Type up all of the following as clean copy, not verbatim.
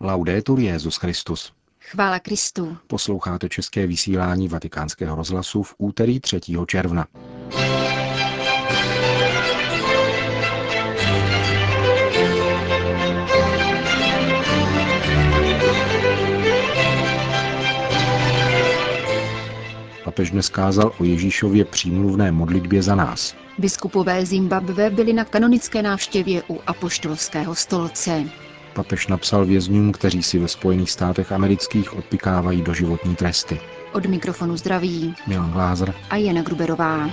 Laudetur Jesus Christus. Chvála Kristu. Posloucháte české vysílání Vatikánského rozhlasu v úterý 3. června. Papež dnes kázal o Ježíšově přímluvné modlitbě za nás. Biskupové Zimbabwe byli na kanonické návštěvě u apoštolského stolce. Papež napsal vězňům, kteří si ve Spojených státech amerických odpikávají doživotní tresty. Od mikrofonu zdraví Milan Glázer a Jana Gruberová.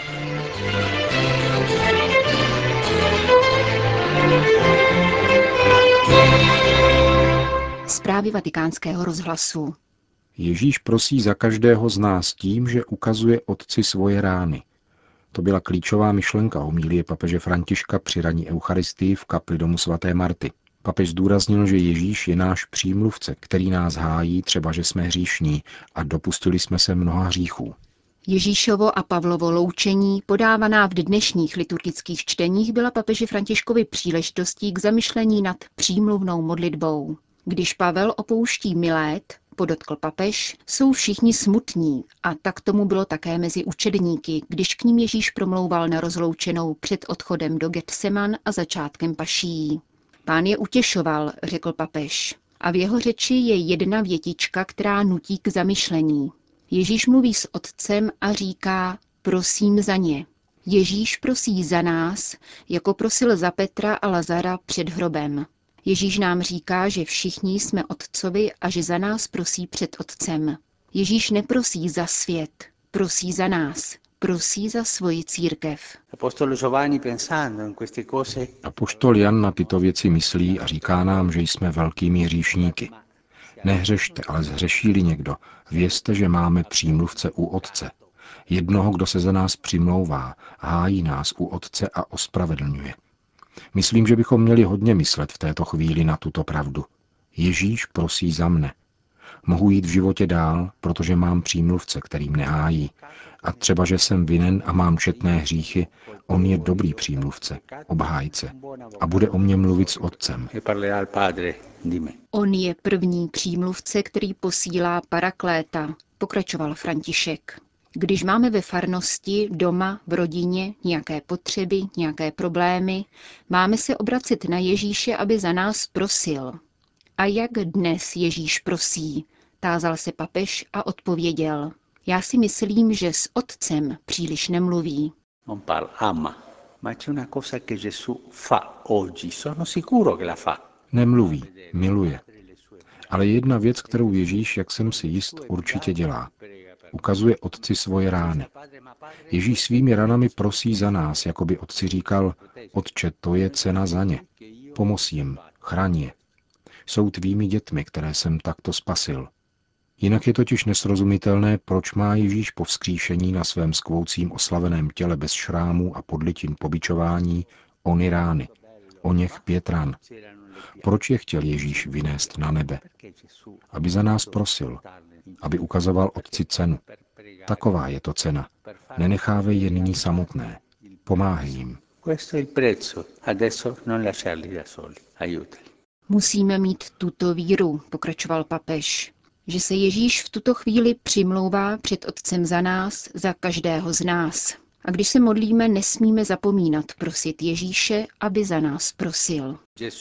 Zprávy Vatikánského rozhlasu. Ježíš prosí za každého z nás tím, že ukazuje Otci svoje rány. To byla klíčová myšlenka homilie papeže Františka při ranní eucharistii v kapli domu svaté Marty. Papež zdůraznil, že Ježíš je náš přímluvce, který nás hájí, třeba že jsme hříšní a dopustili jsme se mnoha hříchů. Ježíšovo a Pavlovo loučení, podávaná v dnešních liturgických čteních, byla papeži Františkovi příležitostí k zamyšlení nad přímluvnou modlitbou. Když Pavel opouští Milét, podotkl papež, jsou všichni smutní a tak tomu bylo také mezi učedníky, když k ním Ježíš promlouval na rozloučenou před odchodem do Getseman a začátkem paší. Pán je utěšoval, řekl papež, a v jeho řeči je jedna větička, která nutí k zamyšlení. Ježíš mluví s Otcem a říká, prosím za ně. Ježíš prosí za nás, jako prosil za Petra a Lazara před hrobem. Ježíš nám říká, že všichni jsme Otcovi a že za nás prosí před Otcem. Ježíš neprosí za svět, prosí za nás, prosí za svoji církev. Apoštol Jan na tyto věci myslí a říká nám, že jsme velkými hříšníky. Nehřešte, ale zhřeší-li někdo, vězte, že máme přímluvce u Otce. Jednoho, kdo se za nás přimlouvá, hájí nás u Otce a ospravedlňuje. Myslím, že bychom měli hodně myslet v této chvíli na tuto pravdu. Ježíš prosí za mne. Mohu jít v životě dál, protože mám přímluvce, který mne hájí. A třeba, že jsem vinen a mám četné hříchy, on je dobrý přímluvce, obhájce a bude o mě mluvit s Otcem. On je první přímluvce, který posílá parakléta, pokračoval František. Když máme ve farnosti, doma, v rodině nějaké potřeby, nějaké problémy, máme se obracet na Ježíše, aby za nás prosil. A jak dnes Ježíš prosí? Tázal se papež a odpověděl. Já si myslím, že s Otcem příliš nemluví. Nemluví, miluje. Ale jedna věc, kterou Ježíš, jak jsem si jist, určitě dělá. Ukazuje Otci svoje rány. Ježíš svými ranami prosí za nás, jako by Otci říkal, Otče, to je cena za ně. Pomoz jim, chraň je. Jsou tvými dětmi, které jsem takto spasil. Jinak je totiž nesrozumitelné, proč má Ježíš po vzkříšení na svém skvoucím oslaveném těle bez šrámů a podlitin pobičování ony rány, o něch 5 ran. Proč je chtěl Ježíš vynést na nebe? Aby za nás prosil, aby ukazoval Otci cenu. Taková je to cena. Nenechávej je nyní samotné. Pomáhej jim. Musíme mít tuto víru, pokračoval papež, že se Ježíš v tuto chvíli přimlouvá před Otcem za nás, za každého z nás. A když se modlíme, nesmíme zapomínat prosit Ježíše, aby za nás prosil.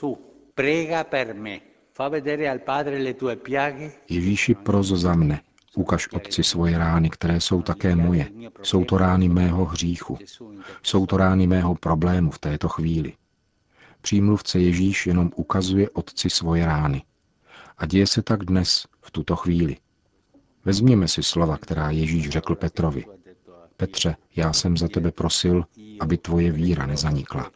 Ježíši, pros za mne. Ukaž Otci svoje rány, které jsou také moje. Jsou to rány mého hříchu. Jsou to rány mého problému v této chvíli. Přímluvce Ježíš jenom ukazuje Otci svoje rány. A děje se tak dnes, v tuto chvíli. Vezměme si slova, která Ježíš řekl Petrovi. Petře, já jsem za tebe prosil, aby tvoje víra nezanikla.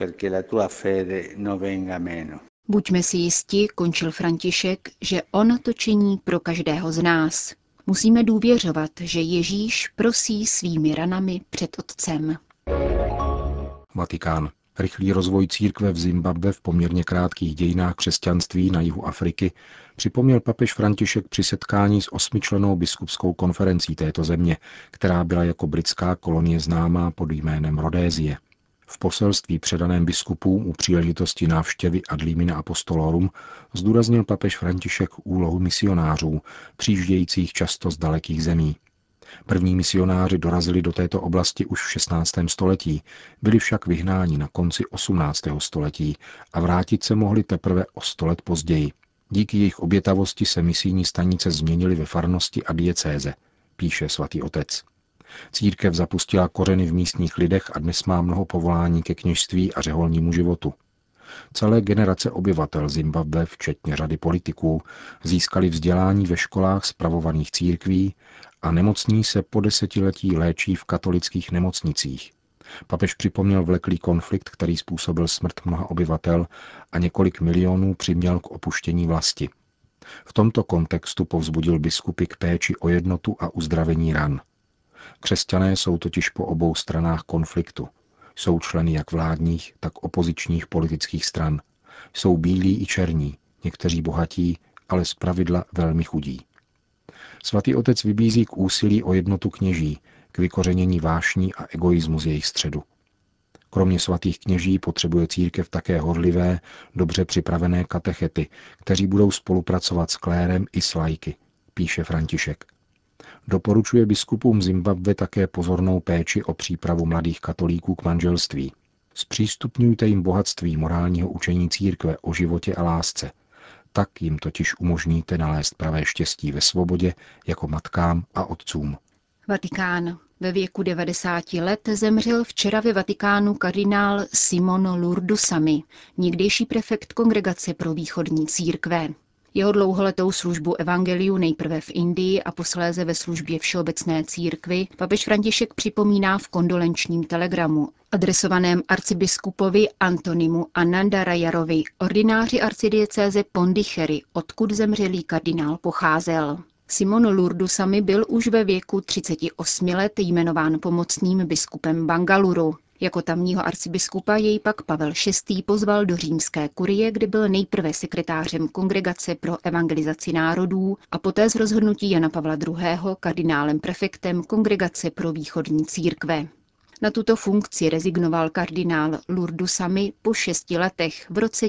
Buďme si jisti, končil František, že on to činí pro každého z nás. Musíme důvěřovat, že Ježíš prosí svými ranami před Otcem. Vatikán. Rychlý rozvoj církve v Zimbabwe v poměrně krátkých dějinách křesťanství na jihu Afriky připomněl papež František při setkání s 8člennou biskupskou konferencí této země, která byla jako britská kolonie známá pod jménem Rhodésie. V poselství předaném biskupům u příležitosti návštěvy Ad limina apostolorum zdůraznil papež František úlohu misionářů, přijíždějících často z dalekých zemí. První misionáři dorazili do této oblasti už v 16. století, byli však vyhnáni na konci 18. století a vrátit se mohli teprve o 100 let později. Díky jejich obětavosti se misijní stanice změnily ve farnosti a diecéze, píše svatý otec. Církev zapustila kořeny v místních lidech a dnes má mnoho povolání ke kněžství a řeholnímu životu. Celé generace obyvatel Zimbabwe, včetně řady politiků, získali vzdělání ve školách spravovaných církví a nemocní se po desetiletí léčí v katolických nemocnicích. Papež připomněl vleklý konflikt, který způsobil smrt mnoha obyvatel a několik milionů přiměl k opuštění vlasti. V tomto kontextu povzbudil biskupy k péči o jednotu a uzdravení ran. Křesťané jsou totiž po obou stranách konfliktu. Jsou členy jak vládních, tak opozičních politických stran. Jsou bílí i černí, někteří bohatí, ale zpravidla velmi chudí. Svatý otec vybízí k úsilí o jednotu kněží, k vykořenění vášní a egoismu z jejich středu. Kromě svatých kněží potřebuje církev také horlivé, dobře připravené katechety, kteří budou spolupracovat s klérem i s laiky, píše František. Doporučuje biskupům Zimbabwe také pozornou péči o přípravu mladých katolíků k manželství. Zpřístupňujte jim bohatství morálního učení církve o životě a lásce. Tak jim totiž umožníte nalézt pravé štěstí ve svobodě jako matkám a otcům. Vatikán. Ve věku 90 let zemřel včera ve Vatikánu kardinál Simon Lurdusamy, někdejší prefekt Kongregace pro východní církve. Jeho dlouholetou službu evangeliu nejprve v Indii a posléze ve službě všeobecné církvi papež František připomíná v kondolenčním telegramu, adresovaném arcibiskupovi Antonimu Anandarayarovi, ordináři arcidiecéze Pondicherry, odkud zemřelý kardinál pocházel. Simon Lurdusamy byl už ve věku 38 let jmenován pomocným biskupem Bangaluru. Jako tamního arcibiskupa jej pak Pavel VI. Pozval do římské kurie, kde byl nejprve sekretářem Kongregace pro evangelizaci národů a poté z rozhodnutí Jana Pavla II. Kardinálem prefektem Kongregace pro východní církve. Na tuto funkci rezignoval kardinál Lurdusamy po 6 letech v roce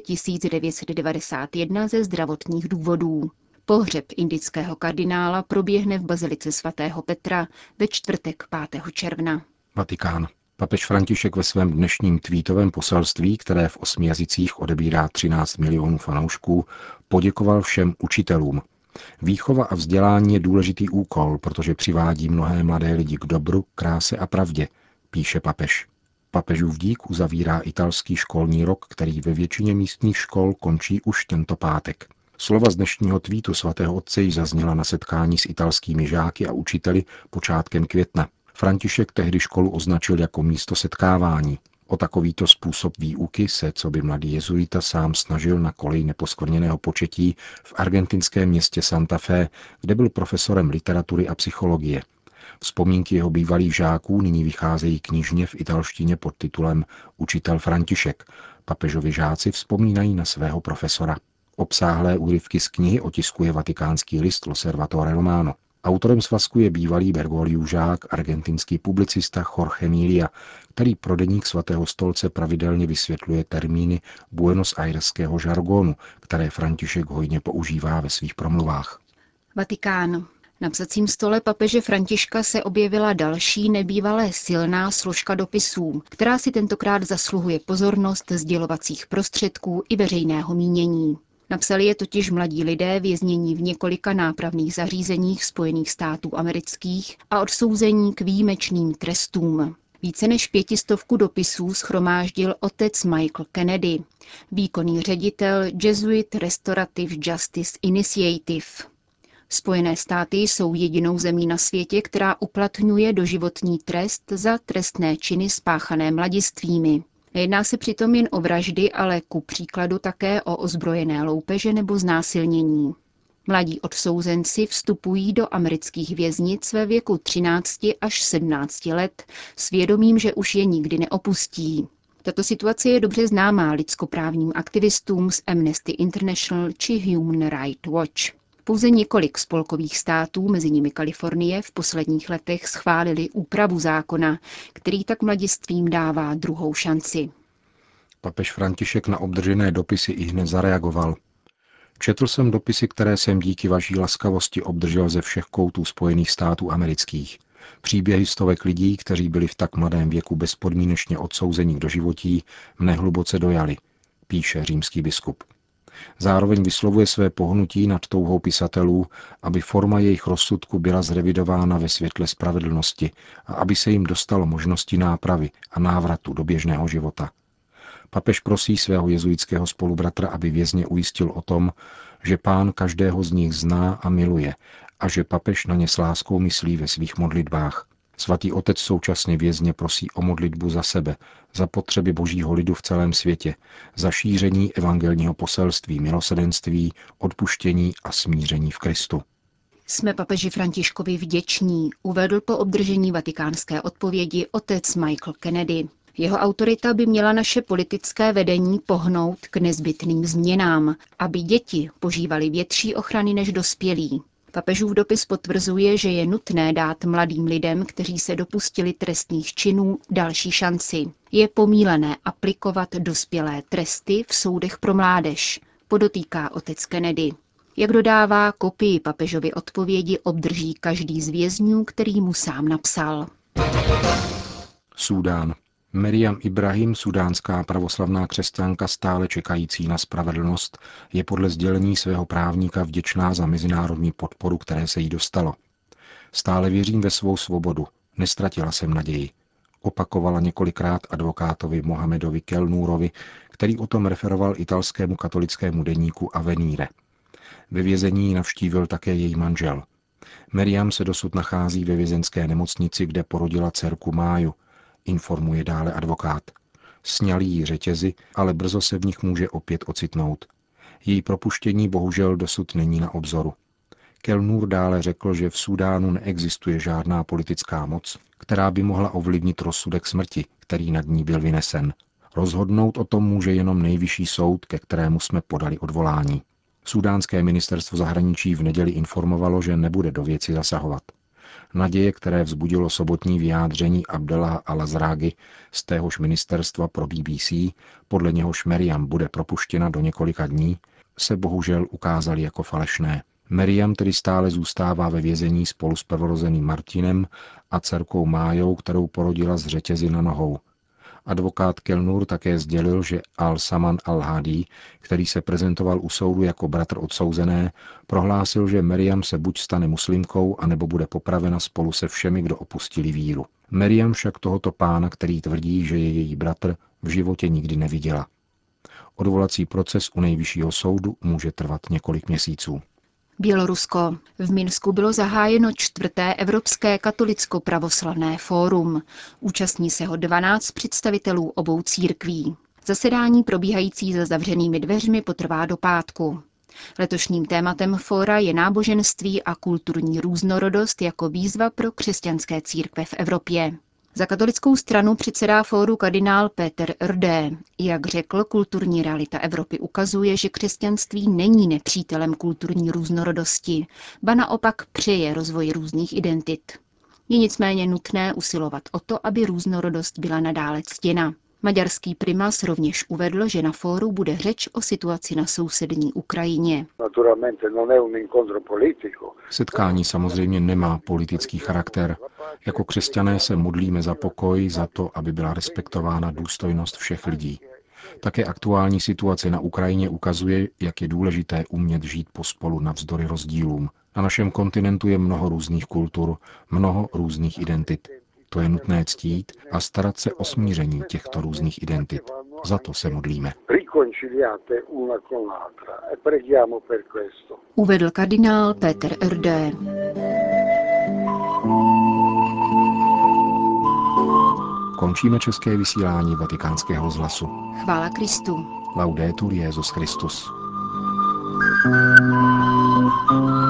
1991 ze zdravotních důvodů. Pohřeb indického kardinála proběhne v bazilice svatého Petra ve čtvrtek 5. června. Vatikán. Papež František ve svém dnešním tweetovém poselství, které v 8 jazycích odebírá 13 milionů fanoušků, poděkoval všem učitelům. Výchova a vzdělání je důležitý úkol, protože přivádí mnohé mladé lidi k dobru, kráse a pravdě, píše papež. Papežův dík uzavírá italský školní rok, který ve většině místních škol končí už tento pátek. Slova z dnešního tweetu svatého otce již zazněla na setkání s italskými žáky a učiteli počátkem května. František tehdy školu označil jako místo setkávání. O takovýto způsob výuky se, coby mladý jezuita, sám snažil na koleji neposkvrněného početí v argentinském městě Santa Fe, kde byl profesorem literatury a psychologie. Vzpomínky jeho bývalých žáků nyní vycházejí knižně v italštině pod titulem Učitel František. Papežovi žáci vzpomínají na svého profesora. Obsáhlé úryvky z knihy otiskuje vatikánský list L'Osservatore Romano. Autorem svazku je bývalý Bergogliův žák, argentinský publicista Jorge Milia, který pro deník Svatého stolce pravidelně vysvětluje termíny Buenos Aireského žargonu, které František hojně používá ve svých promluvách. Vatikán. Na psacím stole papeže Františka se objevila další nebývalé silná složka dopisů, která si tentokrát zasluhuje pozornost sdělovacích prostředků i veřejného mínění. Napsali je totiž mladí lidé věznění v několika nápravných zařízeních Spojených států amerických a odsouzení k výjimečným trestům. Více než 500 dopisů shromáždil otec Michael Kennedy, výkonný ředitel Jesuit Restorative Justice Initiative. Spojené státy jsou jedinou zemí na světě, která uplatňuje doživotní trest za trestné činy spáchané mladistvými. Nejedná se přitom jen o vraždy, ale ku příkladu také o ozbrojené loupeže nebo znásilnění. Mladí odsouzenci vstupují do amerických věznic ve věku 13 až 17 let s vědomím, že už je nikdy neopustí. Tato situace je dobře známá lidskoprávním aktivistům z Amnesty International či Human Rights Watch. Pouze několik spolkových států, mezi nimi Kalifornie, v posledních letech schválili úpravu zákona, který tak mladistvím dává druhou šanci. Papež František na obdržené dopisy ihned zareagoval. Četl jsem dopisy, které jsem díky vaší laskavosti obdržel ze všech koutů Spojených států amerických. Příběhy stovek lidí, kteří byli v tak mladém věku bezpodmínečně odsouzeni k doživotí, mne hluboce dojali, píše římský biskup. Zároveň vyslovuje své pohnutí nad touhou pisatelů, aby forma jejich rozsudku byla zrevidována ve světle spravedlnosti a aby se jim dostalo možnosti nápravy a návratu do běžného života. Papež prosí svého jezuitského spolubratra, aby vězně ujistil o tom, že Pán každého z nich zná a miluje a že papež na ně s láskou myslí ve svých modlitbách. Svatý otec současně vězně prosí o modlitbu za sebe, za potřeby božího lidu v celém světě, za šíření evangelního poselství, milosrdenství, odpuštění a smíření v Kristu. Jsme papeži Františkovi vděční, uvedl po obdržení vatikánské odpovědi otec Michael Kennedy. Jeho autorita by měla naše politické vedení pohnout k nezbytným změnám, aby děti požívaly větší ochrany než dospělí. Papežův dopis potvrzuje, že je nutné dát mladým lidem, kteří se dopustili trestných činů, další šanci. Je pomílené aplikovat dospělé tresty v soudech pro mládež, podotýká otec Kennedy. Jak dodává, kopii papežovy odpovědi obdrží každý z vězňů, který mu sám napsal. Súdán. Meriam Ibrahim, sudánská pravoslavná křesťanka stále čekající na spravedlnost, je podle sdělení svého právníka vděčná za mezinárodní podporu, které se jí dostalo. Stále věřím ve svou svobodu, nestratila jsem naději. Opakovala několikrát advokátovi Mohamedovi Kelnúrovi, který o tom referoval italskému katolickému deníku Avvenire. Ve vězení navštívil také její manžel. Meriam se dosud nachází ve vězenské nemocnici, kde porodila dcerku Máju, informuje dále advokát. Sňali jí řetězy, ale brzo se v nich může opět ocitnout. Její propuštění bohužel dosud není na obzoru. Kelnúr dále řekl, že v Súdánu neexistuje žádná politická moc, která by mohla ovlivnit rozsudek smrti, který nad ní byl vynesen. Rozhodnout o tom může jenom nejvyšší soud, ke kterému jsme podali odvolání. Súdánské ministerstvo zahraničí v neděli informovalo, že nebude do věci zasahovat. Naděje, které vzbudilo sobotní vyjádření Abdelaha al-Azrágy z téhož ministerstva pro BBC, podle něhož Meriam bude propuštěna do několika dní, se bohužel ukázaly jako falešné. Meriam tedy stále zůstává ve vězení spolu s prvorozeným Martinem a dcerkou Májou, kterou porodila z řetězy na nohou. Advokát Kelnúr také sdělil, že Al-Saman al-Hadi, který se prezentoval u soudu jako bratr odsouzené, prohlásil, že Meriam se buď stane muslimkou, anebo bude popravena spolu se všemi, kdo opustili víru. Meriam však tohoto pána, který tvrdí, že je její bratr, v životě nikdy neviděla. Odvolací proces u nejvyššího soudu může trvat několik měsíců. Bělorusko. V Minsku bylo zahájeno 4. Evropské katolicko-pravoslavné fórum. Účastní se ho 12 představitelů obou církví. Zasedání probíhající za zavřenými dveřmi potrvá do pátku. Letošním tématem fóra je náboženství a kulturní různorodost jako výzva pro křesťanské církve v Evropě. Za katolickou stranu předsedá fóru kardinál Peter Rdé. Jak řekl, kulturní realita Evropy ukazuje, že křesťanství není nepřítelem kulturní různorodosti, ba naopak přeje rozvoj různých identit. Je nicméně nutné usilovat o to, aby různorodost byla nadále ctěna. Maďarský primas rovněž uvedl, že na fóru bude řeč o situaci na sousední Ukrajině. Setkání samozřejmě nemá politický charakter. Jako křesťané se modlíme za pokoj, za to, aby byla respektována důstojnost všech lidí. Také aktuální situace na Ukrajině ukazuje, jak je důležité umět žít pospolu navzdory rozdílům. Na našem kontinentu je mnoho různých kultur, mnoho různých identit. To je nutné ctít a starat se o smíření těchto různých identit. Za to se modlíme. Uvedl kardinál Peter Rdé. Končíme české vysílání Vatikánského rozhlasu. Chvála Kristu. Laudetur Jesus Christus.